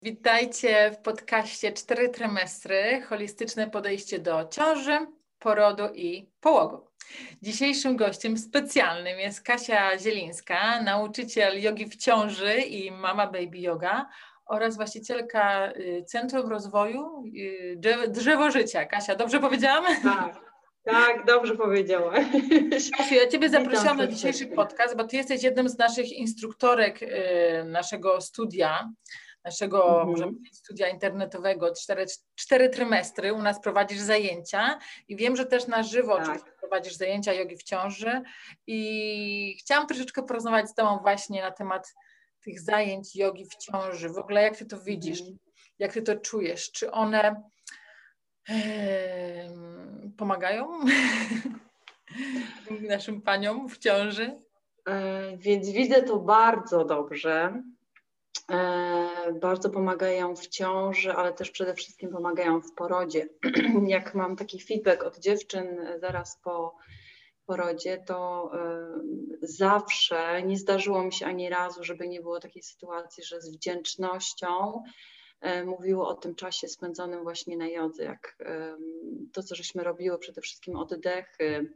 Witajcie w podcaście 4 trymestry, holistyczne podejście do ciąży, porodu i połogu. Dzisiejszym gościem specjalnym jest Kasia Zielińska, nauczyciel jogi w ciąży i mama baby yoga oraz właścicielka Centrum Rozwoju Drzewo Życia. Kasia, dobrze powiedziałam? Tak, dobrze powiedziała. Kasiu, ja Ciebie zaprosiłam na dzisiejszy podcast, bo Ty jesteś jednym z naszych instruktorek naszego studia, można powiedzieć, studia internetowego, 4 trymestry. U nas prowadzisz zajęcia i wiem, że też na żywo prowadzisz zajęcia jogi w ciąży i chciałam troszeczkę porozmawiać z Tobą właśnie na temat tych zajęć jogi w ciąży. W ogóle jak Ty to widzisz, jak Ty to czujesz, czy one pomagają naszym paniom w ciąży? Więc widzę to bardzo dobrze. Bardzo pomagają w ciąży, ale też przede wszystkim pomagają w porodzie. Jak mam taki feedback od dziewczyn zaraz po porodzie, to zawsze nie zdarzyło mi się ani razu, żeby nie było takiej sytuacji, że z wdzięcznością mówiło o tym czasie spędzonym właśnie na jodze, jak to, co żeśmy robiły, przede wszystkim oddechy,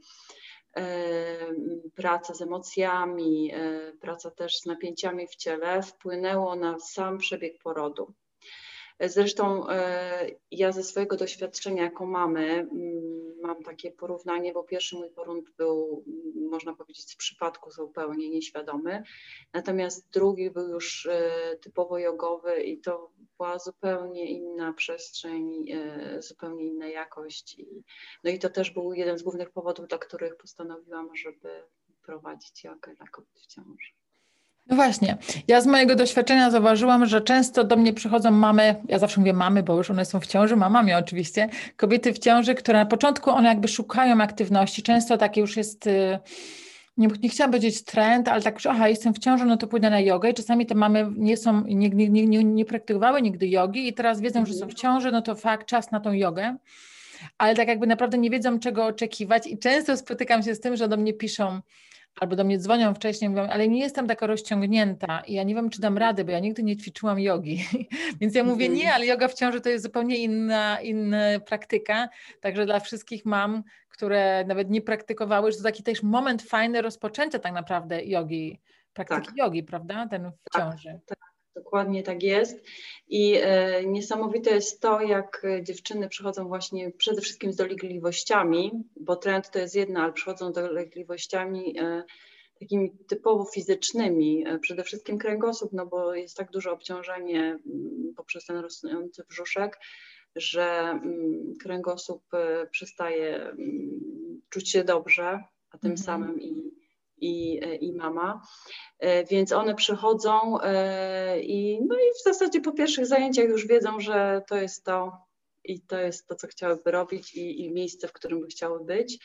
praca z emocjami, praca też z napięciami w ciele wpłynęło na sam przebieg porodu. Zresztą ja ze swojego doświadczenia jako mamy mam takie porównanie, bo pierwszy mój poród był, można powiedzieć, z przypadku zupełnie nieświadomy, natomiast drugi był już typowo jogowy i to była zupełnie inna przestrzeń, zupełnie inna jakość. No i to też był jeden z głównych powodów, dla których postanowiłam, żeby prowadzić jogę dla kobiet w ciąży. No właśnie, ja z mojego doświadczenia zauważyłam, że często do mnie przychodzą mamy, ja zawsze mówię mamy, bo już one są w ciąży, mamami oczywiście, kobiety w ciąży, które na początku one jakby szukają aktywności, często takie już jest, nie chciałam powiedzieć trend, ale tak, że jestem w ciąży, no to pójdę na jogę i czasami te mamy nie praktykowały nigdy jogi i teraz wiedzą, że są w ciąży, no to fakt, czas na tą jogę, ale tak jakby naprawdę nie wiedzą, czego oczekiwać i często spotykam się z tym, że do mnie piszą, albo do mnie dzwonią wcześniej, mówią, ale nie jestem taka rozciągnięta i ja nie wiem, czy dam radę, bo ja nigdy nie ćwiczyłam jogi. Więc ja mówię, nie, ale joga w ciąży to jest zupełnie inna praktyka. Także dla wszystkich mam, które nawet nie praktykowały, że to taki też moment fajny rozpoczęcia tak naprawdę jogi, praktyki jogi, prawda? Ten w ciąży. Tak. Dokładnie tak jest i niesamowite jest to, jak dziewczyny przychodzą właśnie przede wszystkim z dolegliwościami, bo trend to jest jedno, ale przychodzą z dolegliwościami takimi typowo fizycznymi, przede wszystkim kręgosłup, no bo jest tak duże obciążenie poprzez ten rosnący brzuszek, że kręgosłup przestaje czuć się dobrze, a tym samym i mama, więc one przychodzą i w zasadzie po pierwszych zajęciach już wiedzą, że to jest to i to jest to, co chciałyby robić i miejsce, w którym by chciały być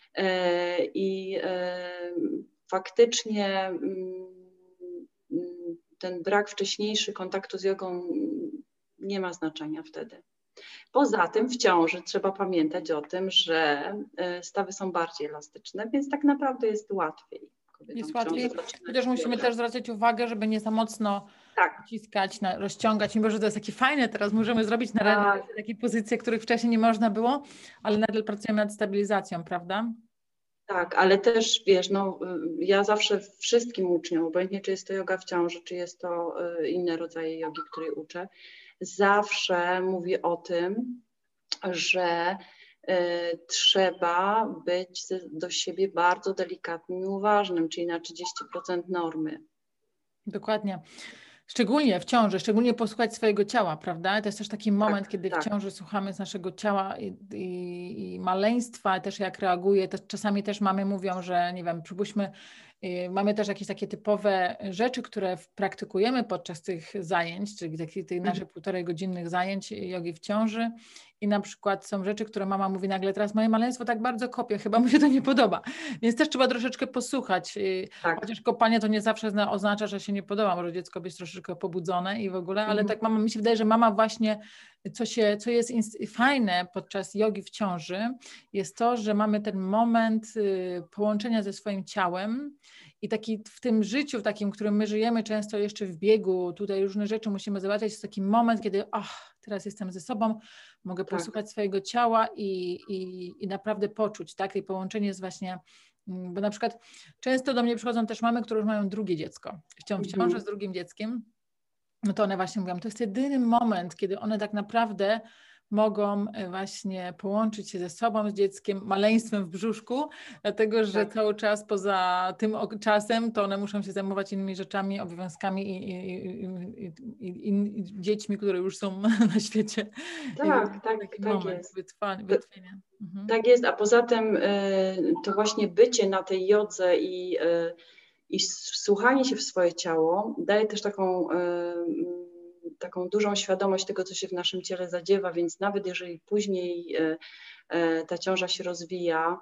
i faktycznie ten brak wcześniejszy kontaktu z jogą nie ma znaczenia wtedy. Poza tym w ciąży trzeba pamiętać o tym, że stawy są bardziej elastyczne, więc tak naprawdę jest łatwiej. Jest łatwiej, chociaż musimy też zwracać uwagę, żeby nie za mocno naciskać, rozciągać, mimo że to jest takie fajne, teraz możemy zrobić na takie pozycje, których wcześniej nie można było, ale nadal pracujemy nad stabilizacją, prawda? Tak, ale też wiesz, ja zawsze wszystkim uczniom, obojętnie czy jest to joga w ciąży, czy jest to inne rodzaje jogi, której uczę, zawsze mówię o tym, że trzeba być do siebie bardzo delikatnym i uważnym, czyli na 30% normy. Dokładnie. Szczególnie w ciąży, szczególnie posłuchać swojego ciała, prawda? To jest też taki moment, kiedy w ciąży słuchamy z naszego ciała i maleństwa, też jak reaguje. Czasami też mamy mówią, że nie wiem, przypuśćmy, mamy też jakieś takie typowe rzeczy, które praktykujemy podczas tych zajęć, czyli tych naszych 1,5 godzinnych zajęć jogi w ciąży i na przykład są rzeczy, które mama mówi nagle, teraz moje maleństwo tak bardzo kopie, chyba mu się to nie podoba. Więc też trzeba troszeczkę posłuchać. Chociaż kopanie to nie zawsze oznacza, że się nie podoba, może dziecko być troszeczkę pobudzone i w ogóle, ale tak mi się wydaje, że mama właśnie, co jest fajne podczas jogi w ciąży, jest to, że mamy ten moment połączenia ze swoim ciałem I taki w tym życiu, w takim, w którym my żyjemy często jeszcze w biegu, tutaj różne rzeczy musimy załatwiać, jest taki moment, kiedy teraz jestem ze sobą, mogę posłuchać swojego ciała i naprawdę poczuć, tak? I połączenie jest właśnie, bo na przykład często do mnie przychodzą też mamy, które już mają drugie dziecko, w ciąży z drugim dzieckiem, no to one właśnie mówią, to jest jedyny moment, kiedy one tak naprawdę mogą właśnie połączyć się ze sobą, z dzieckiem, maleństwem w brzuszku, dlatego że cały czas poza tym czasem to one muszą się zajmować innymi rzeczami, obowiązkami i dziećmi, które już są na świecie. Tak jest. Wytchnienia. Tak jest, a poza tym to właśnie bycie na tej jodze i wsłuchanie się w swoje ciało daje też taką dużą świadomość tego, co się w naszym ciele zadziewa, więc nawet jeżeli później ta ciąża się rozwija,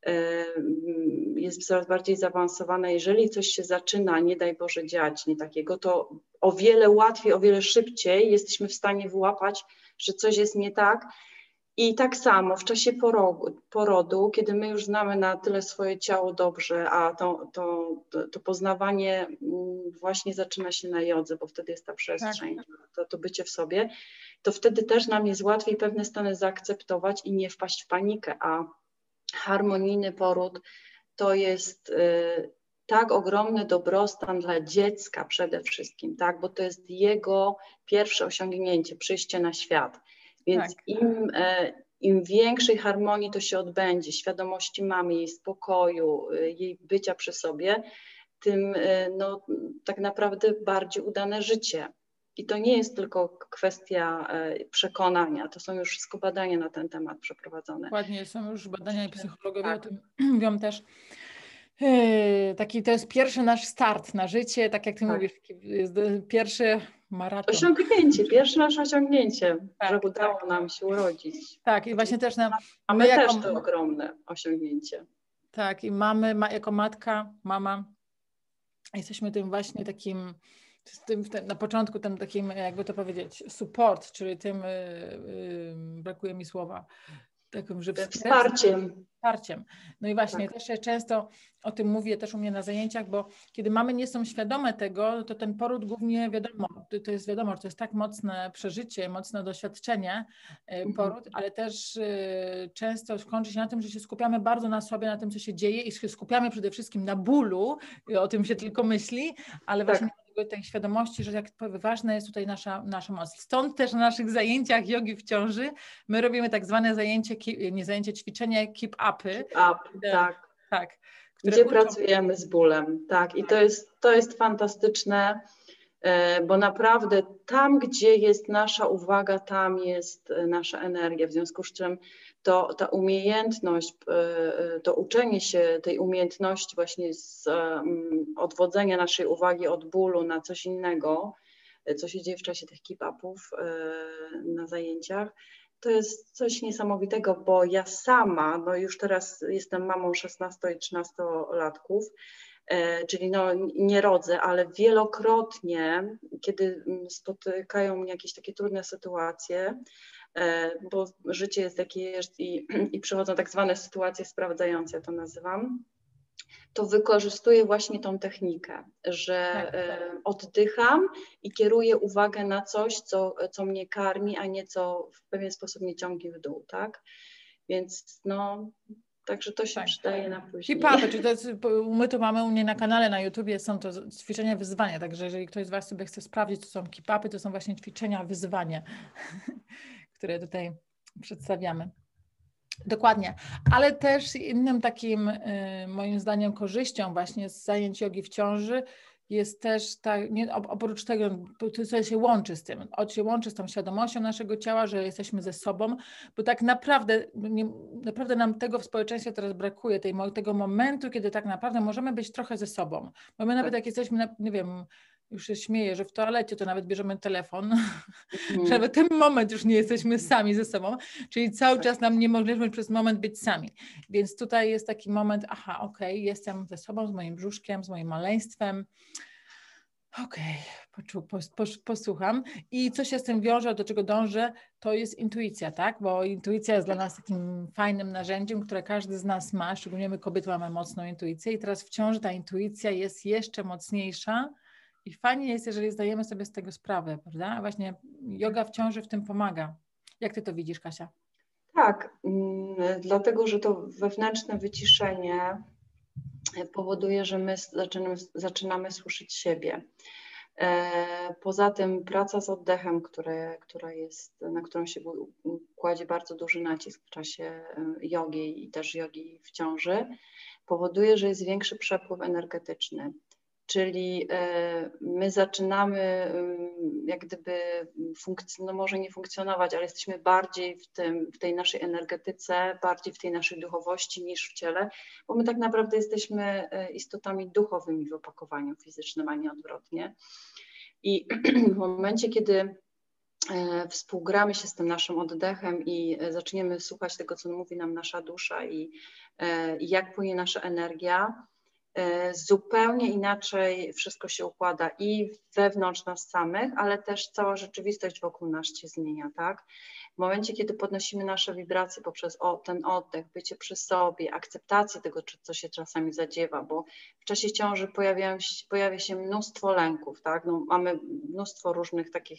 jest coraz bardziej zaawansowana, jeżeli coś się zaczyna, nie daj Boże, dziać, nie takiego, to o wiele łatwiej, o wiele szybciej jesteśmy w stanie wyłapać, że coś jest nie tak. I tak samo w czasie porodu, kiedy my już znamy na tyle swoje ciało dobrze, a to poznawanie właśnie zaczyna się na jodze, bo wtedy jest ta przestrzeń, to bycie w sobie, to wtedy też nam jest łatwiej pewne stany zaakceptować i nie wpaść w panikę, a harmonijny poród to jest tak ogromny dobrostan dla dziecka przede wszystkim, tak, bo to jest jego pierwsze osiągnięcie, przyjście na świat. Więc im większej harmonii to się odbędzie, świadomości mamy, jej spokoju, jej bycia przy sobie, tym tak naprawdę bardziej udane życie. I to nie jest tylko kwestia przekonania, to są już wszystko badania na ten temat przeprowadzone. Dokładnie, są już badania i psychologowie o tym mówią też. To jest pierwszy nasz start na życie, tak jak ty mówisz, jest pierwszy maraton. Pierwsze nasze osiągnięcie, że udało nam się urodzić. Tak, i właśnie też my też to ogromne osiągnięcie. Tak, i jako mama, jesteśmy tym właśnie takim, na początku tym takim, jakby to powiedzieć, support, czyli tym, brakuje mi słowa, takim, że wsparciem. No i właśnie, też często o tym mówię też u mnie na zajęciach, bo kiedy mamy nie są świadome tego, to ten poród głównie wiadomo, to jest tak mocne przeżycie, mocne doświadczenie, poród, ale też często kończy się na tym, że się skupiamy bardzo na sobie, na tym, co się dzieje i się skupiamy przede wszystkim na bólu, o tym się tylko myśli, ale właśnie tej świadomości, że jak ważna jest tutaj nasza moc. Stąd też na naszych zajęciach jogi w ciąży my robimy tak zwane ćwiczenie keep upy. Tak. Gdzie pracujemy z bólem. Tak. I to jest fantastyczne, bo naprawdę tam, gdzie jest nasza uwaga, tam jest nasza energia. W związku z czym ta umiejętność, to uczenie się tej umiejętności właśnie z odwodzenia naszej uwagi od bólu na coś innego, co się dzieje w czasie tych keep-upów na zajęciach, to jest coś niesamowitego, bo ja sama, już teraz jestem mamą 16 i 13-latków, czyli nie rodzę, ale wielokrotnie, kiedy spotykają mnie jakieś takie trudne sytuacje, bo życie jest jakie jest i przychodzą tak zwane sytuacje sprawdzające, ja to nazywam, to wykorzystuję właśnie tą technikę, że oddycham i kieruję uwagę na coś, co mnie karmi, a nie co w pewien sposób mnie ciągnie w dół, tak? Więc także to się przydaje na później. Keep-upy, czyli to jest, my to mamy u mnie na kanale na YouTubie, są to ćwiczenia wyzwania, także jeżeli ktoś z Was sobie chce sprawdzić, co są keep-upy, to są właśnie ćwiczenia wyzwania, które tutaj przedstawiamy. Dokładnie, ale też innym takim moim zdaniem korzyścią właśnie z zajęć jogi w ciąży jest też oprócz tego, co się łączy z tym, się łączy z tą świadomością naszego ciała, że jesteśmy ze sobą, bo tak naprawdę nam tego w społeczeństwie teraz brakuje, tego momentu, kiedy tak naprawdę możemy być trochę ze sobą, bo my nawet jak jesteśmy, nie wiem, już się śmieję, że w toalecie to nawet bierzemy telefon, że nawet ten moment już nie jesteśmy sami ze sobą, czyli cały czas nam nie możemy przez moment być sami. Więc tutaj jest taki moment, jestem ze sobą, z moim brzuszkiem, z moim maleństwem. Okej, posłucham. I co się z tym wiąże, do czego dążę, to jest intuicja, tak? Bo intuicja jest dla nas takim fajnym narzędziem, które każdy z nas ma, szczególnie my kobiety mamy mocną intuicję i teraz w ciąży ta intuicja jest jeszcze mocniejsza i fajnie jest, jeżeli zdajemy sobie z tego sprawę, prawda? A właśnie joga w ciąży w tym pomaga. Jak ty to widzisz, Kasia? Tak, dlatego że to wewnętrzne wyciszenie powoduje, że my zaczynamy słyszeć siebie. Poza tym praca z oddechem, na którą się kładzie bardzo duży nacisk w czasie jogi i też jogi w ciąży, powoduje, że jest większy przepływ energetyczny. Czyli my zaczynamy jak gdyby no może nie funkcjonować, ale jesteśmy bardziej w tej naszej energetyce, bardziej w tej naszej duchowości niż w ciele, bo my tak naprawdę jesteśmy istotami duchowymi w opakowaniu fizycznym, a nie odwrotnie. I w momencie, kiedy współgramy się z tym naszym oddechem i zaczniemy słuchać tego, co mówi nam nasza dusza i jak płynie nasza energia, zupełnie inaczej wszystko się układa i wewnątrz nas samych, ale też cała rzeczywistość wokół nas się zmienia, tak? W momencie, kiedy podnosimy nasze wibracje poprzez ten oddech, bycie przy sobie, akceptację tego, co się czasami zadziewa, bo w czasie ciąży pojawia się mnóstwo lęków, tak? No, mamy mnóstwo różnych takich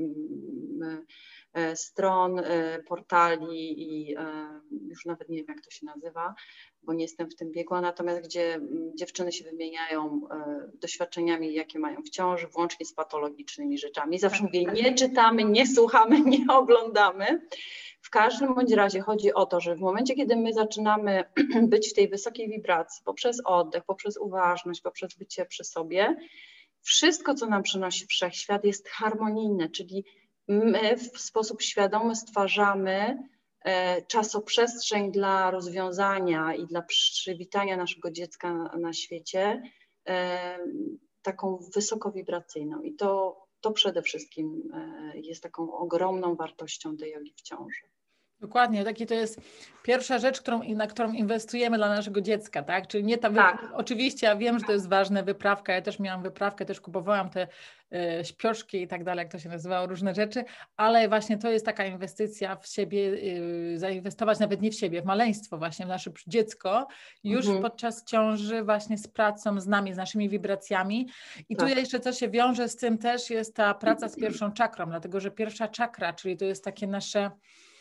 stron, portali i już nawet nie wiem, jak to się nazywa, bo nie jestem w tym biegła, natomiast gdzie dziewczyny się wymieniają doświadczeniami, jakie mają w ciąży, włącznie z patologicznymi rzeczami. Zawsze mówię, nie czytamy, nie słuchamy, nie oglądamy. W każdym bądź razie chodzi o to, że w momencie, kiedy my zaczynamy być w tej wysokiej wibracji, poprzez oddech, poprzez uważność, poprzez bycie przy sobie, wszystko, co nam przynosi wszechświat, jest harmonijne, czyli my w sposób świadomy stwarzamy czasoprzestrzeń dla rozwiązania i dla przywitania naszego dziecka na świecie, taką wysokowibracyjną. I to przede wszystkim jest taką ogromną wartością tej jogi w ciąży. Dokładnie, taki to jest pierwsza rzecz, na którą inwestujemy dla naszego dziecka, tak? Czyli nie ta oczywiście ja wiem, że to jest ważne, wyprawka, ja też miałam wyprawkę, też kupowałam te śpioszki i tak dalej, jak to się nazywało, różne rzeczy, ale właśnie to jest taka inwestycja w siebie, zainwestować nawet nie w siebie, w maleństwo właśnie, w nasze dziecko, już podczas ciąży właśnie z pracą z nami, z naszymi wibracjami i tu jeszcze co się wiąże z tym też jest ta praca z pierwszą czakrą, dlatego że pierwsza czakra, czyli to jest takie nasze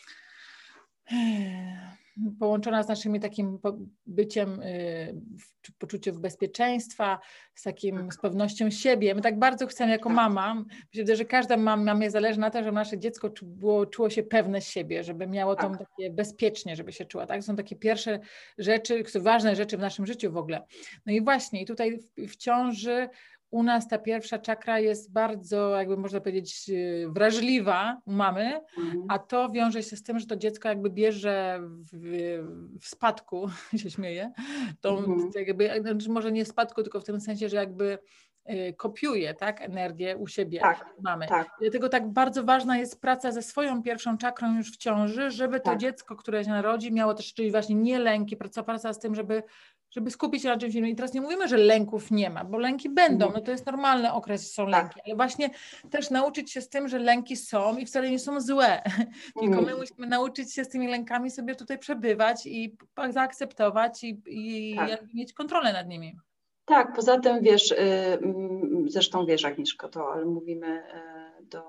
połączona z naszym takim byciem, poczuciem bezpieczeństwa, z pewnością siebie. My tak bardzo chcemy jako mama, myślę, że każda mamie zależy na tym, żeby nasze dziecko czuło się pewne siebie, żeby miało to takie bezpiecznie, żeby się czuła. Tak? Są takie pierwsze rzeczy, ważne rzeczy w naszym życiu w ogóle. No i właśnie, i tutaj w ciąży u nas ta pierwsza czakra jest bardzo, jakby można powiedzieć, wrażliwa u mamy, a to wiąże się z tym, że to dziecko jakby bierze w spadku, się śmieję, to jakby, może nie w spadku, tylko w tym sensie, że jakby kopiuje, tak, energię u siebie mamy. Dlatego tak bardzo ważna jest praca ze swoją pierwszą czakrą już w ciąży, żeby to dziecko, które się narodzi, miało też, czyli właśnie nie lęki, praca z tym, żeby skupić się na czymś innym. I teraz nie mówimy, że lęków nie ma, bo lęki będą, no to jest normalny okres, są lęki, ale właśnie też nauczyć się z tym, że lęki są i wcale nie są złe, tylko my musimy nauczyć się z tymi lękami sobie tutaj przebywać i zaakceptować i mieć kontrolę nad nimi. Tak, poza tym wiesz, zresztą wiesz Agnieszko to, ale mówimy do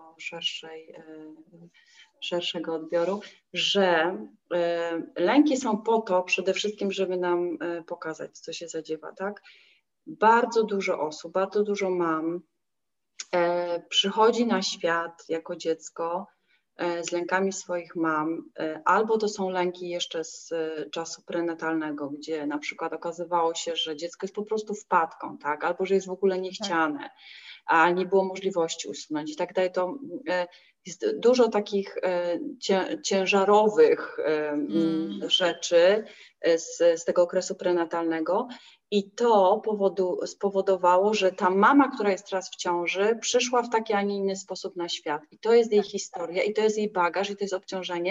szerszego odbioru, że lęki są po to przede wszystkim, żeby nam pokazać, co się zadziewa, tak? Bardzo dużo osób, bardzo dużo mam przychodzi na świat jako dziecko z lękami swoich mam, albo to są lęki jeszcze z czasu prenatalnego, gdzie na przykład okazywało się, że dziecko jest po prostu wpadką, tak? Albo że jest w ogóle niechciane, a nie było możliwości usunąć i tak dalej. To jest dużo takich ciężarowych rzeczy z tego okresu prenatalnego i to spowodowało, że ta mama, która jest teraz w ciąży, przyszła w taki, a nie inny sposób na świat. I to jest jej historia, i to jest jej bagaż, i to jest obciążenie,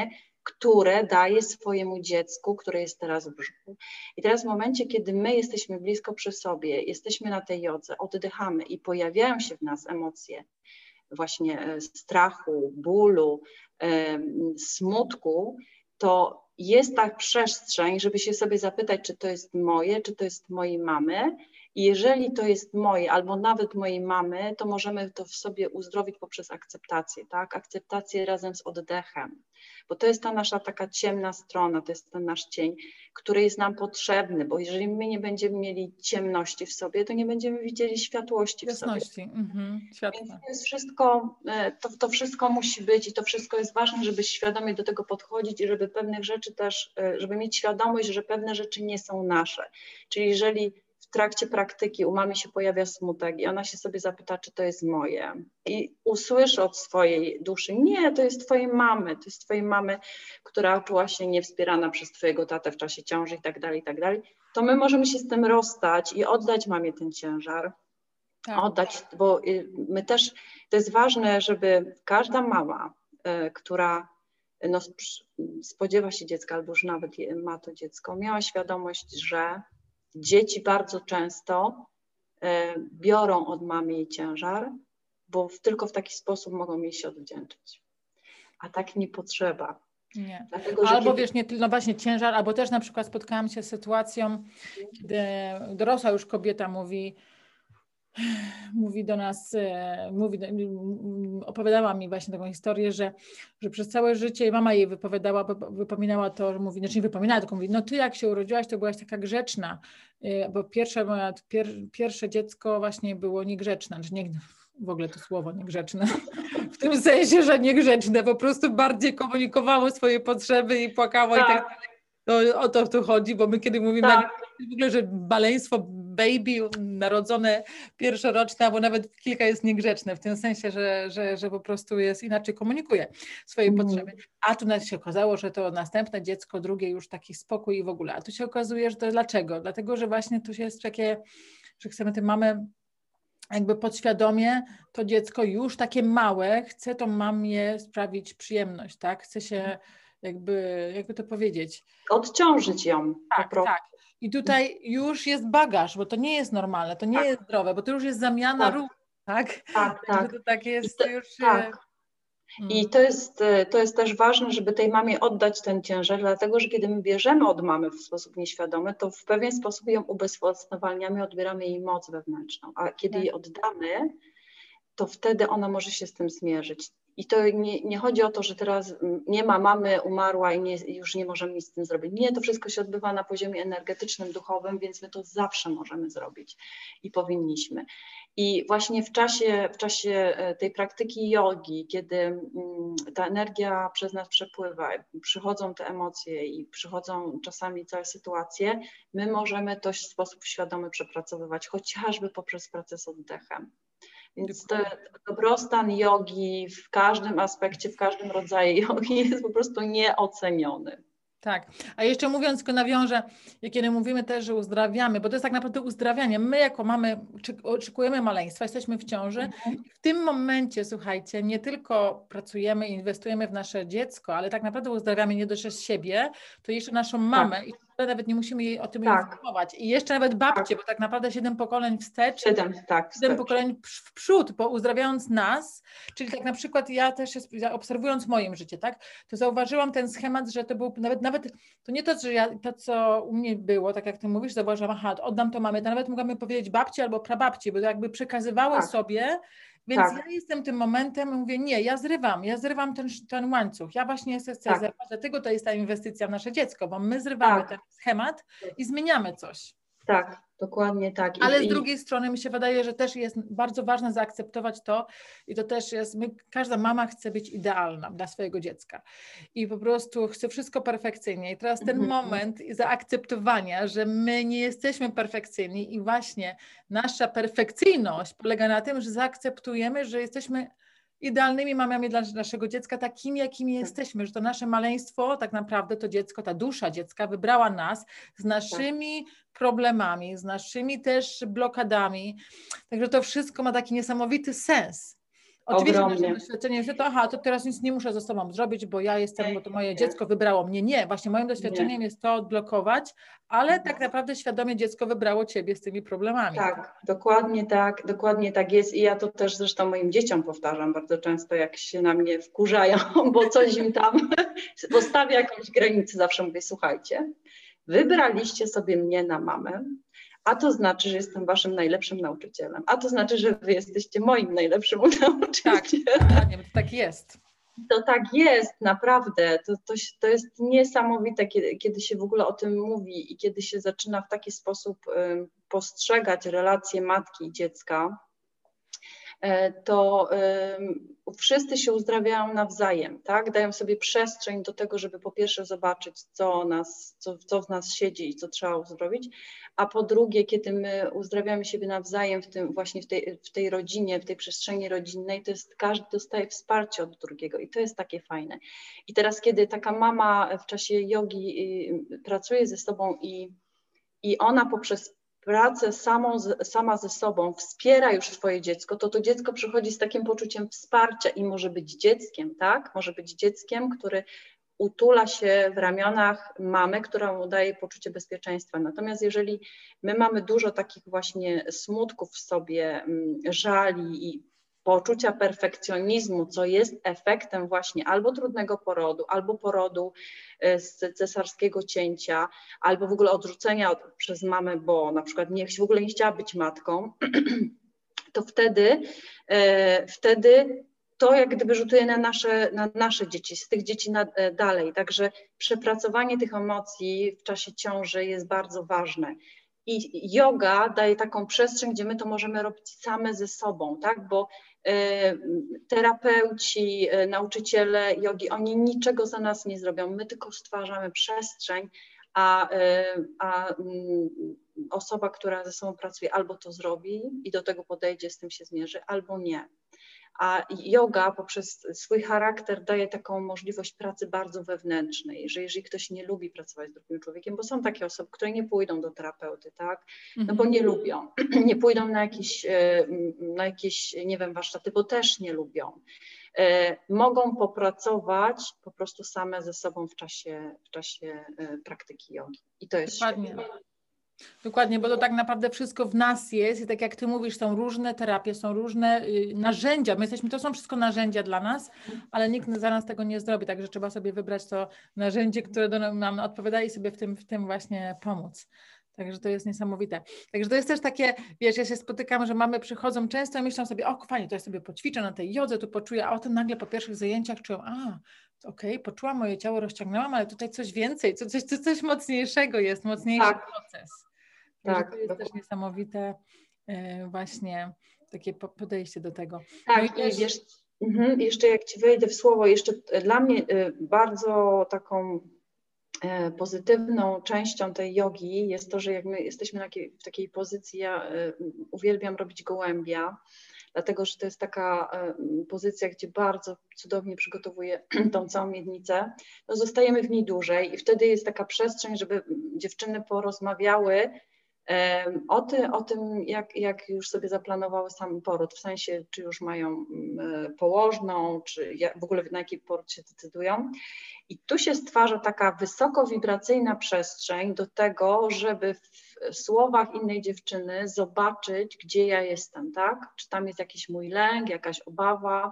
które daje swojemu dziecku, które jest teraz w brzuchu. I teraz w momencie, kiedy my jesteśmy blisko przy sobie, jesteśmy na tej jodze, oddychamy i pojawiają się w nas emocje właśnie strachu, bólu, smutku, to jest ta przestrzeń, żeby się sobie zapytać, czy to jest moje, czy to jest mojej mamy. I jeżeli to jest moje, albo nawet mojej mamy, to możemy to w sobie uzdrowić poprzez akceptację, tak? Akceptację razem z oddechem, bo to jest ta nasza taka ciemna strona, to jest ten nasz cień, który jest nam potrzebny, bo jeżeli my nie będziemy mieli ciemności w sobie, to nie będziemy widzieli światłości w sobie. Jasności. Więc to jest wszystko, to wszystko musi być i to wszystko jest ważne, żeby świadomie do tego podchodzić i żeby pewnych rzeczy też, żeby mieć świadomość, że pewne rzeczy nie są nasze. Czyli jeżeli w trakcie praktyki u mamy się pojawia smutek i ona się sobie zapyta, czy to jest moje i usłyszy od swojej duszy, nie, to jest twojej mamy, która czuła się niewspierana przez twojego tatę w czasie ciąży i tak dalej, to my możemy się z tym rozstać i oddać mamie ten ciężar. Tak. Oddać, bo my też, to jest ważne, żeby każda mama, która no, spodziewa się dziecka albo już nawet ma to dziecko, miała świadomość, że dzieci bardzo często biorą od mamy jej ciężar, bo tylko w taki sposób mogą jej się odwdzięczyć. A tak nie potrzeba. Nie. Dlatego, że albo wiesz, nie, no właśnie ciężar, albo też na przykład spotkałam się z sytuacją, kiedy dorosła już kobieta mówi do nas, opowiadała mi właśnie taką historię, że przez całe życie mama jej wypominała to, że mówi, znaczy nie wypominała, tylko mówi, no ty jak się urodziłaś, to byłaś taka grzeczna, bo pierwsze dziecko właśnie było niegrzeczne, znaczy nie, w ogóle to słowo niegrzeczne, w tym sensie, że niegrzeczne, po prostu bardziej komunikowało swoje potrzeby i płakało i tak dalej. To o to tu chodzi, bo my kiedy mówimy w ogóle, że maleństwo, baby narodzone pierwszoroczne, albo nawet kilka jest niegrzeczne, w tym sensie, że po prostu jest inaczej komunikuje swoje potrzeby. A tu nas się okazało, że to następne dziecko, drugie już taki spokój i w ogóle. A tu się okazuje, że to dlaczego? Dlatego, że właśnie tu jest takie, że chcemy tę mamę jakby podświadomie, to dziecko już takie małe, chce to mamie sprawić przyjemność, tak? Chce się jakby to powiedzieć. Odciążyć ją. Tak, tak. I tutaj już jest bagaż, bo to nie jest normalne, to nie jest zdrowe, bo to już jest zamiana ról, tak? Tak. To tak jest już... I to jest też ważne, żeby tej mamie oddać ten ciężar, dlatego że kiedy my bierzemy od mamy w sposób nieświadomy, to w pewien sposób ją ubezwłasnowalniamy, odbieramy jej moc wewnętrzną, a kiedy jej oddamy, to wtedy ona może się z tym zmierzyć. I to nie chodzi o to, że teraz nie ma mamy, umarła i już nie możemy nic z tym zrobić. Nie, to wszystko się odbywa na poziomie energetycznym, duchowym, więc my to zawsze możemy zrobić i powinniśmy. I właśnie w czasie tej praktyki jogi, kiedy ta energia przez nas przepływa, przychodzą te emocje i przychodzą czasami całe sytuacje, my możemy to w sposób świadomy przepracowywać, chociażby poprzez pracę z oddechem. Więc dobrostan jogi w każdym aspekcie, w każdym rodzaju jogi jest po prostu nieoceniony. Tak, a jeszcze mówiąc, tylko nawiążę, kiedy mówimy też, że uzdrawiamy, bo to jest tak naprawdę uzdrawianie. My jako mamy oczekujemy maleństwa, jesteśmy w ciąży. W tym momencie, słuchajcie, nie tylko pracujemy i inwestujemy w nasze dziecko, ale tak naprawdę uzdrawiamy nie dość siebie, to jeszcze naszą mamę i nawet nie musimy jej o tym informować. I jeszcze nawet babcie, bo tak naprawdę 7 pokoleń wstecz, 7 pokoleń w przód, bo uzdrawiając nas, czyli tak na przykład ja też obserwując moje życie, tak, to zauważyłam ten schemat, że to był nawet to nie to, że to, co u mnie było, tak jak ty mówisz, zauważyłam, oddam to mamie, to nawet mogłam powiedzieć babci albo prababci, bo to jakby przekazywały sobie, więc ja jestem tym momentem i mówię, nie, ja zrywam ten łańcuch, ja właśnie chcę zerwać, dlatego to jest ta inwestycja w nasze dziecko, bo my zrywamy ten schemat i zmieniamy coś. Tak, dokładnie tak. Ale z drugiej strony mi się wydaje, że też jest bardzo ważne zaakceptować to i to też jest, każda mama chce być idealna dla swojego dziecka i po prostu chce wszystko perfekcyjnie i teraz ten moment zaakceptowania, że my nie jesteśmy perfekcyjni i właśnie nasza perfekcyjność polega na tym, że zaakceptujemy, że jesteśmy idealnymi mamami dla naszego dziecka, takimi, jakimi jesteśmy, że to nasze maleństwo, tak naprawdę to dziecko, ta dusza dziecka wybrała nas z naszymi problemami, z naszymi też blokadami, także to wszystko ma taki niesamowity sens. Oczywiście nasze ogromnie. doświadczenie jest to, aha, to teraz nic nie muszę ze sobą zrobić, bo ja jestem, bo to moje dziecko wybrało mnie. Nie, właśnie moim doświadczeniem jest to odblokować, ale tak naprawdę świadomie dziecko wybrało ciebie z tymi problemami. Tak, dokładnie tak jest i ja to też zresztą moim dzieciom powtarzam bardzo często, jak się na mnie wkurzają, bo coś im tam postawię jakąś granicę, zawsze mówię, słuchajcie, wybraliście sobie mnie na mamę, a to znaczy, że jestem waszym najlepszym nauczycielem, a to znaczy, że wy jesteście moim najlepszym nauczycielem. Tak, to tak jest. To tak jest, naprawdę. To jest niesamowite, kiedy się w ogóle o tym mówi i kiedy się zaczyna w taki sposób postrzegać relacje matki i dziecka, to wszyscy się uzdrawiają nawzajem, tak? Dają sobie przestrzeń do tego, żeby po pierwsze zobaczyć, co w nas siedzi i co trzeba uzdrowić, a po drugie, kiedy my uzdrawiamy siebie nawzajem właśnie w tej rodzinie, w tej przestrzeni rodzinnej, to jest każdy dostaje wsparcie od drugiego i to jest takie fajne. I teraz, kiedy taka mama w czasie jogi pracuje ze sobą i ona poprzez pracę sama ze sobą wspiera już swoje dziecko, to dziecko przychodzi z takim poczuciem wsparcia i może być dzieckiem, tak? Może być dzieckiem, który utula się w ramionach mamy, która mu daje poczucie bezpieczeństwa. Natomiast jeżeli my mamy dużo takich właśnie smutków w sobie, żali i poczucia perfekcjonizmu, co jest efektem właśnie albo trudnego porodu, albo porodu z cesarskiego cięcia, albo w ogóle odrzucenia przez mamę, bo na przykład w ogóle nie chciała być matką, to wtedy to jak gdyby rzutuje na nasze dzieci, z tych dzieci dalej. Także przepracowanie tych emocji w czasie ciąży jest bardzo ważne. I yoga daje taką przestrzeń, gdzie my to możemy robić same ze sobą, tak? Bo terapeuci, nauczyciele jogi, oni niczego za nas nie zrobią. My tylko stwarzamy przestrzeń, a osoba, która ze sobą pracuje, albo to zrobi i do tego podejdzie, z tym się zmierzy, albo nie. A yoga poprzez swój charakter daje taką możliwość pracy bardzo wewnętrznej, że jeżeli ktoś nie lubi pracować z drugim człowiekiem, bo są takie osoby, które nie pójdą do terapeuty, tak? No bo nie lubią, nie pójdą na jakieś, nie wiem, warsztaty, bo też nie lubią. Mogą popracować po prostu same ze sobą w czasie praktyki jogi. I to jest świetne. Dokładnie, bo to tak naprawdę wszystko w nas jest i tak jak ty mówisz, są różne terapie, są różne narzędzia. To są wszystko narzędzia dla nas, ale nikt za nas tego nie zrobi, także trzeba sobie wybrać to narzędzie, które nam odpowiada i sobie w tym właśnie pomóc. Także to jest niesamowite. Także to jest też takie, wiesz, ja się spotykam, że mamy przychodzą często i myślą sobie, o fajnie, to ja sobie poćwiczę na tej jodze, tu poczuję, a potem nagle po pierwszych zajęciach czują, okej, poczułam moje ciało, rozciągnęłam, ale tutaj coś więcej, coś mocniejszego jest, mocniejszy proces. Tak, to jest też niesamowite właśnie takie podejście do tego. Tak, no i wiesz, jeszcze jak ci wejdę w słowo, jeszcze dla mnie bardzo taką pozytywną częścią tej jogi jest to, że jak my jesteśmy w takiej pozycji, ja uwielbiam robić gołębia, dlatego że to jest taka pozycja, gdzie bardzo cudownie przygotowuję tą całą miednicę, no zostajemy w niej dłużej i wtedy jest taka przestrzeń, żeby dziewczyny porozmawiały o tym, jak już sobie zaplanowały sam poród, w sensie, czy już mają położną, czy w ogóle na jaki poród się decydują. I tu się stwarza taka wysokowibracyjna przestrzeń do tego, żeby w słowach innej dziewczyny zobaczyć, gdzie ja jestem, tak? Czy tam jest jakiś mój lęk, jakaś obawa,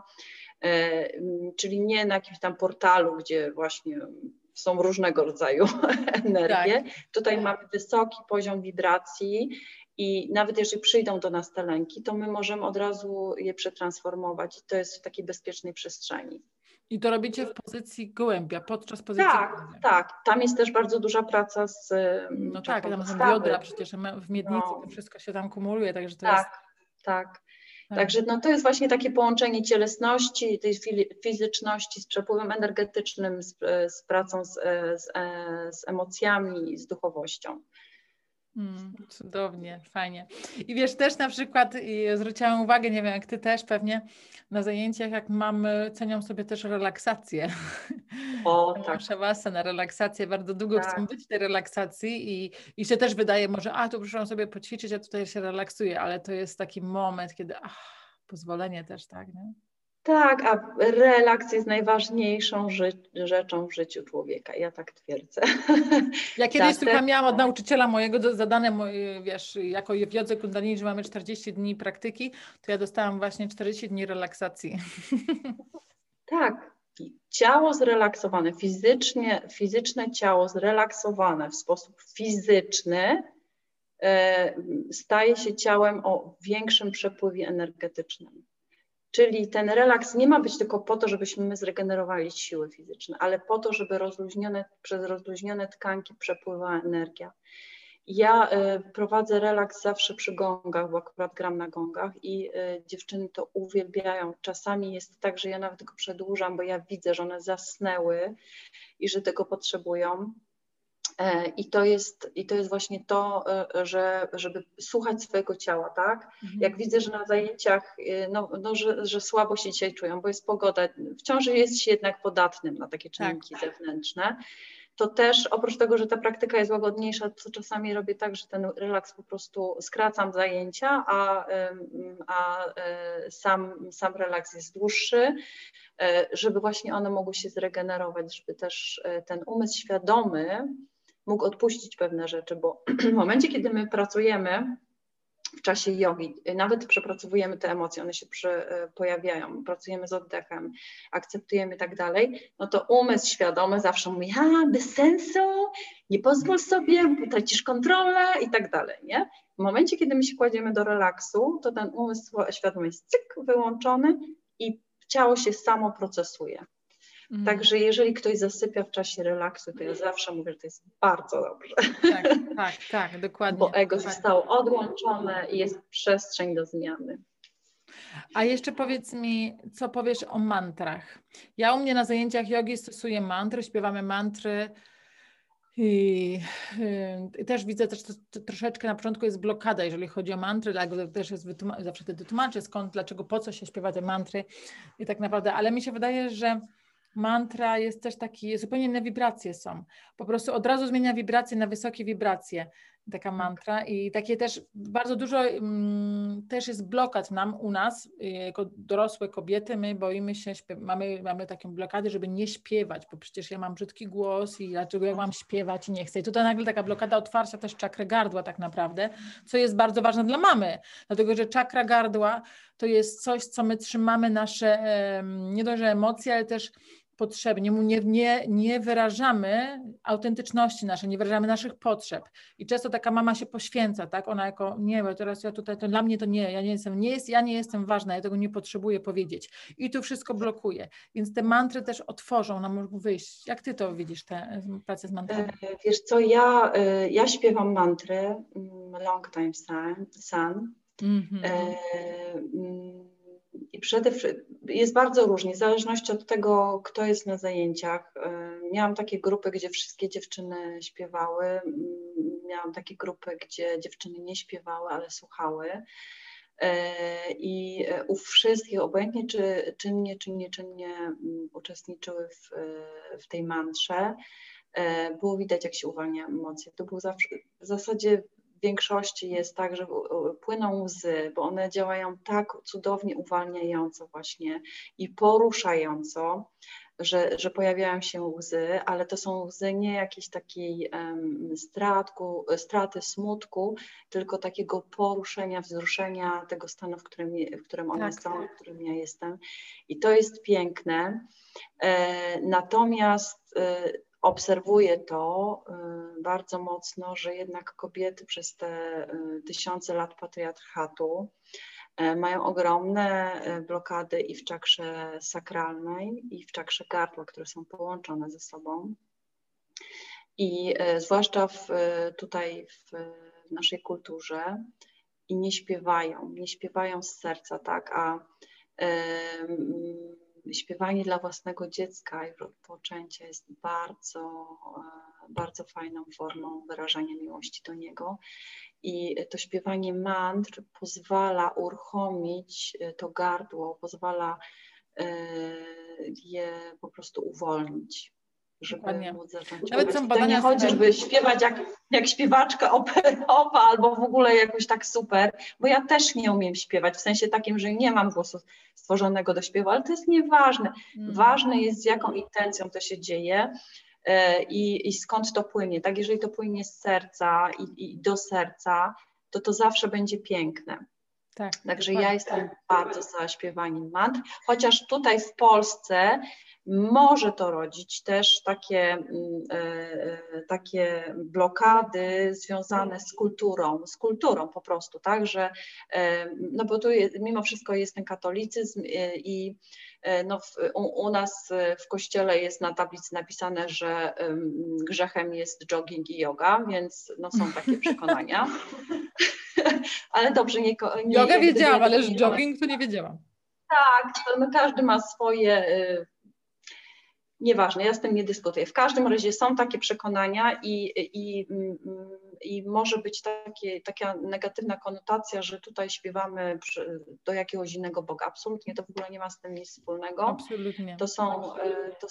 czyli nie na jakimś tam portalu, gdzie właśnie są różnego rodzaju energie. Tak. Tutaj mamy wysoki poziom wibracji i nawet jeżeli przyjdą do nas te lęki, to my możemy od razu je przetransformować i to jest w takiej bezpiecznej przestrzeni. I to robicie w pozycji gołębia, podczas pozycji gołębia. Tak. Tam jest też bardzo duża praca z no tak, tam są biodra przecież, w miednicy to wszystko się tam kumuluje, także to jest... Tak. Także no, to jest właśnie takie połączenie cielesności, tej fizyczności z przepływem energetycznym, z pracą z emocjami, z duchowością. Cudownie, fajnie. I wiesz, też na przykład zwróciłam uwagę, nie wiem jak ty też pewnie, na zajęciach jak mamy, cenią sobie też relaksację. Tak. Shavasana, relaksację, bardzo długo chcą być w tej relaksacji i się też wydaje może, tu przyszłam sobie poćwiczyć, a tutaj się relaksuję, ale to jest taki moment, kiedy pozwolenie też, tak, nie? Tak, a relaks jest najważniejszą rzeczą w życiu człowieka. Ja tak twierdzę. Ja kiedyś tylko miałam od nauczyciela mojego zadane, wiesz, jako w jodze kundalini, że mamy 40 dni praktyki, to ja dostałam właśnie 40 dni relaksacji. Tak, ciało zrelaksowane, fizyczne ciało zrelaksowane w sposób fizyczny staje się ciałem o większym przepływie energetycznym. Czyli ten relaks nie ma być tylko po to, żebyśmy my zregenerowali siły fizyczne, ale po to, żeby przez rozluźnione tkanki przepływała energia. Ja prowadzę relaks zawsze przy gongach, bo akurat gram na gongach i dziewczyny to uwielbiają. Czasami jest tak, że ja nawet go przedłużam, bo ja widzę, że one zasnęły i że tego potrzebują. I to jest właśnie to, żeby słuchać swojego ciała, tak? Jak widzę, że na zajęciach, że słabo się dzisiaj czują, bo jest pogoda, w ciąży jest się jednak podatnym na takie czynniki zewnętrzne, to też oprócz tego, że ta praktyka jest łagodniejsza, to czasami robię tak, że ten relaks po prostu skracam zajęcia, a sam relaks jest dłuższy, żeby właśnie one mogły się zregenerować, żeby też ten umysł świadomy mógł odpuścić pewne rzeczy, bo w momencie, kiedy my pracujemy w czasie jogi, nawet przepracowujemy te emocje, one się pojawiają, pracujemy z oddechem, akceptujemy i tak dalej, no to umysł świadomy zawsze mówi, bez sensu, nie pozwól sobie, bo tracisz kontrolę i tak dalej, nie? W momencie, kiedy my się kładziemy do relaksu, to ten umysł świadomy jest wyłączony i ciało się samo procesuje. Także jeżeli ktoś zasypia w czasie relaksu, to ja zawsze mówię, że to jest bardzo dobrze. Tak, dokładnie. Bo ego zostało odłączone i jest przestrzeń do zmiany. A jeszcze powiedz mi, co powiesz o mantrach? Ja u mnie na zajęciach jogi stosuję mantry, śpiewamy mantry i też widzę, że troszeczkę na początku jest blokada, jeżeli chodzi o mantry, dlatego też jest zawsze wtedy tłumaczę skąd, dlaczego, po co się śpiewa te mantry i tak naprawdę, ale mi się wydaje, że mantra jest też taki, zupełnie inne wibracje są. Po prostu od razu zmienia wibracje na wysokie wibracje, taka mantra i takie też bardzo dużo też jest blokad u nas, jako dorosłe kobiety, my boimy się, mamy takie blokady, żeby nie śpiewać, bo przecież ja mam brzydki głos i dlaczego ja mam śpiewać i nie chcę. I tutaj nagle taka blokada otwarcia też czakry gardła tak naprawdę, co jest bardzo ważne dla mamy, dlatego że czakra gardła to jest coś, co my trzymamy nasze, nie dość, że emocje, ale też potrzeby, nie wyrażamy autentyczności naszej, nie wyrażamy naszych potrzeb. I często taka mama się poświęca, tak? Ona jako, nie, bo teraz ja tutaj, to dla mnie to nie, ja nie jestem ważna, ja tego nie potrzebuję powiedzieć. I tu wszystko blokuje. Więc te mantry też otworzą, nam mogą wyjść. Jak ty to widzisz, tę pracę z mantrami? Wiesz co, ja śpiewam mantry Long Time Sun. I jest bardzo różnie, w zależności od tego, kto jest na zajęciach. Miałam takie grupy, gdzie wszystkie dziewczyny śpiewały. Miałam takie grupy, gdzie dziewczyny nie śpiewały, ale słuchały. I u wszystkich, obojętnie czy czynnie uczestniczyły w tej mantrze, było widać, jak się uwalnia emocje. To był zawsze, w zasadzie w większości jest tak, że płyną łzy, bo one działają tak cudownie uwalniająco właśnie i poruszająco, że pojawiają się łzy, ale to są łzy nie jakiejś takiej straty, smutku, tylko takiego poruszenia, wzruszenia tego stanu, w którym one są, w którym ja jestem. I to jest piękne. Natomiast obserwuję to bardzo mocno, że jednak kobiety przez te tysiące lat patriarchatu mają ogromne blokady i w czakrze sakralnej, i w czakrze gardła, które są połączone ze sobą. I zwłaszcza tutaj w naszej kulturze i nie śpiewają z serca, tak, a śpiewanie dla własnego dziecka i poczęcia jest bardzo, bardzo fajną formą wyrażania miłości do niego. I to śpiewanie mantr pozwala uruchomić to gardło, pozwala je po prostu uwolnić. żeby Dokładnie. móc zacząć Nawet śpiewać. są I to nie badania chodzi, żeby śpiewać jak śpiewaczka operowa albo w ogóle jakoś tak super, bo ja też nie umiem śpiewać, w sensie takim, że nie mam głosu stworzonego do śpiewu, ale to jest nieważne. Ważne jest, z jaką intencją to się dzieje i skąd to płynie. Tak, jeżeli to płynie z serca i do serca, to zawsze będzie piękne. Tak, Także dokładnie. ja jestem bardzo za śpiewaniem mantr, chociaż tutaj w Polsce może to rodzić też takie blokady związane z kulturą po prostu, tak, że no bo tu mimo wszystko jest ten katolicyzm i no u nas w kościele jest na tablicy napisane, że grzechem jest jogging i yoga, więc no są takie przekonania. Ale dobrze, Jogę wiedziałam, ale nie jogging to nie wiedziałam. tak, no każdy ma swoje, nieważne, ja z tym nie dyskutuję. W każdym razie są takie przekonania i może być taka negatywna konotacja, że tutaj śpiewamy do jakiegoś innego Boga. Absolutnie, to w ogóle nie ma z tym nic wspólnego. Absolutnie. To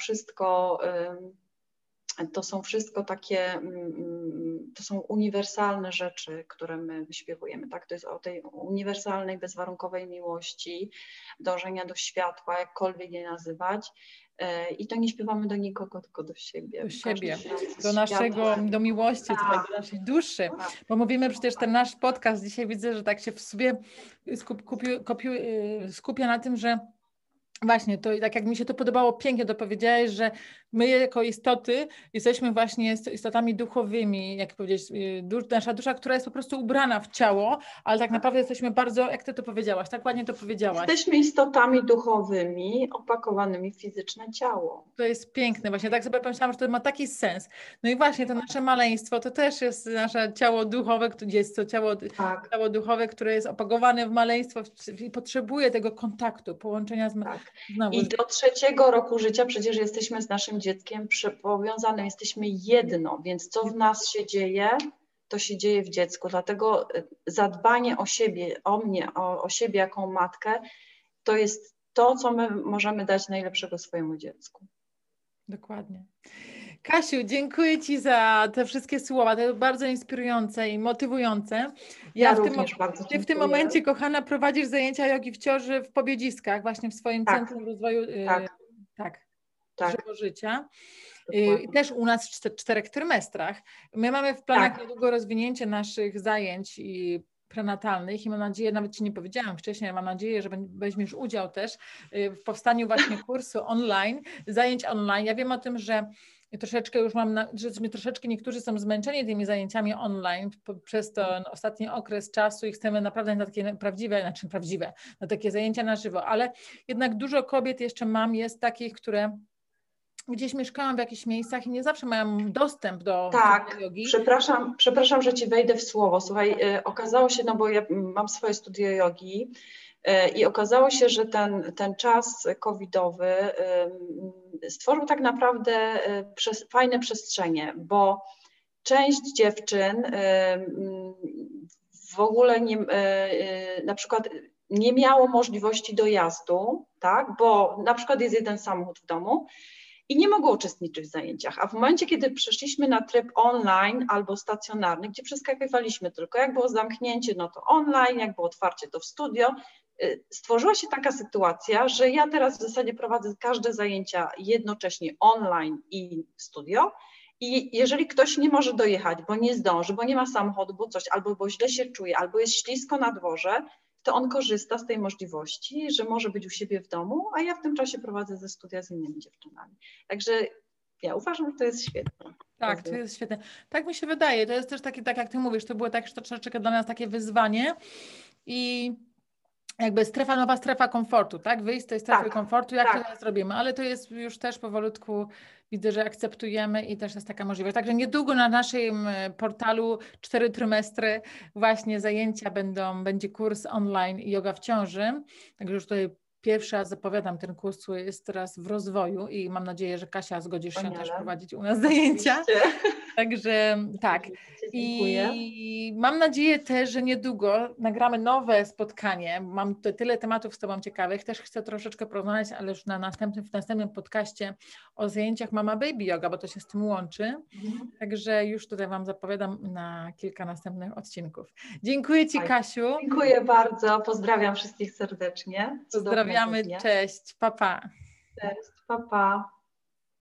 są wszystko takie, to są uniwersalne rzeczy, które my wyśpiewujemy, tak? To jest o tej uniwersalnej, bezwarunkowej miłości, dążenia do światła, jakkolwiek je nazywać. I to nie śpiewamy do nikogo, tylko do siebie. Do siebie, do do miłości, tutaj, do naszej duszy. Bo mówimy przecież, ten nasz podcast, dzisiaj widzę, że tak się w sobie skupia na tym, że właśnie, to tak jak mi się to podobało, pięknie to powiedziałeś, że my jako istoty jesteśmy właśnie istotami duchowymi, jak powiedzieć, nasza dusza, która jest po prostu ubrana w ciało, ale tak naprawdę jesteśmy bardzo, jak ty to powiedziałaś, tak ładnie to powiedziałaś. Jesteśmy istotami duchowymi, opakowanymi w fizyczne ciało. To jest piękne, właśnie tak sobie pomyślałam, że to ma taki sens. No i właśnie to nasze maleństwo, to też jest nasze ciało duchowe, gdzie jest to ciało duchowe, które jest opakowane w maleństwo i potrzebuje tego kontaktu, połączenia z znowu. I do 3. roku życia przecież jesteśmy z naszym dzieckiem powiązane, jesteśmy jedno, więc co w nas się dzieje, to się dzieje w dziecku. Dlatego zadbanie o siebie, o mnie, o siebie jako matkę, to jest to, co my możemy dać najlepszego swojemu dziecku. Dokładnie. Kasiu, dziękuję Ci za te wszystkie słowa, to bardzo inspirujące i motywujące. Ja również bardzo dziękuję. Ty w tym momencie, kochana, prowadzisz zajęcia jogi w ciąży w Pobiedziskach, właśnie w swoim Centrum Rozwoju Życia. Też u nas w 4 trymestrach. My mamy w planach niedługo rozwinięcie naszych zajęć prenatalnych i mam nadzieję, nawet Ci nie powiedziałam wcześniej, ale mam nadzieję, że weźmiesz udział też w powstaniu właśnie kursu online, zajęć online. Ja wiem o tym, że troszeczkę już troszeczkę niektórzy są zmęczeni tymi zajęciami online przez ten ostatni okres czasu i chcemy naprawdę na takie prawdziwe, na takie zajęcia na żywo, ale jednak dużo kobiet jeszcze jest takich, które gdzieś mieszkałam w jakichś miejscach i nie zawsze mają dostęp do jogi. Przepraszam, że Ci wejdę w słowo. Słuchaj, okazało się, no bo ja mam swoje studio jogi i okazało się, że ten czas covidowy stworzył tak naprawdę fajne przestrzenie, bo część dziewczyn w ogóle na przykład nie miało możliwości dojazdu, tak, bo na przykład jest jeden samochód w domu i nie mogło uczestniczyć w zajęciach. A w momencie, kiedy przeszliśmy na tryb online albo stacjonarny, gdzie przeskakiwaliśmy tylko, jak było zamknięcie, no to online, jak było otwarcie, to w studio, stworzyła się taka sytuacja, że ja teraz w zasadzie prowadzę każde zajęcia jednocześnie online i w studio. I jeżeli ktoś nie może dojechać, bo nie zdąży, bo nie ma samochodu, bo coś, albo bo źle się czuje, albo jest ślisko na dworze, to on korzysta z tej możliwości, że może być u siebie w domu, a ja w tym czasie prowadzę ze studia z innymi dziewczynami. Także ja uważam, że to jest świetne. Tak, to jest świetne. Tak mi się wydaje. To jest też takie, tak jak Ty mówisz, to było troszeczkę dla nas takie wyzwanie i jakby nowa strefa komfortu, tak? Wyjść z tej strefy komfortu, jak to teraz robimy, ale to jest już też powolutku, widzę, że akceptujemy i też jest taka możliwość. Także niedługo na naszym portalu 4 trymestry właśnie zajęcia będzie kurs online i joga w ciąży, także już tutaj pierwszy raz zapowiadam ten kurs, który jest teraz w rozwoju i mam nadzieję, że Kasia zgodzisz się też prowadzić u nas zajęcia. Oczywiście. Także tak. Oczywiście, dziękuję. I mam nadzieję też, że niedługo nagramy nowe spotkanie. Mam tutaj tyle tematów z Tobą ciekawych. Też chcę troszeczkę porozmawiać, ale już w następnym podcaście o zajęciach Mama Baby Yoga, bo to się z tym łączy. Także już tutaj Wam zapowiadam na kilka następnych odcinków. Dziękuję Ci, Kasiu. Dziękuję bardzo. Pozdrawiam wszystkich serdecznie. Pozdrawiamy. Dnia. Cześć. Pa, pa. Cześć. Pa, pa.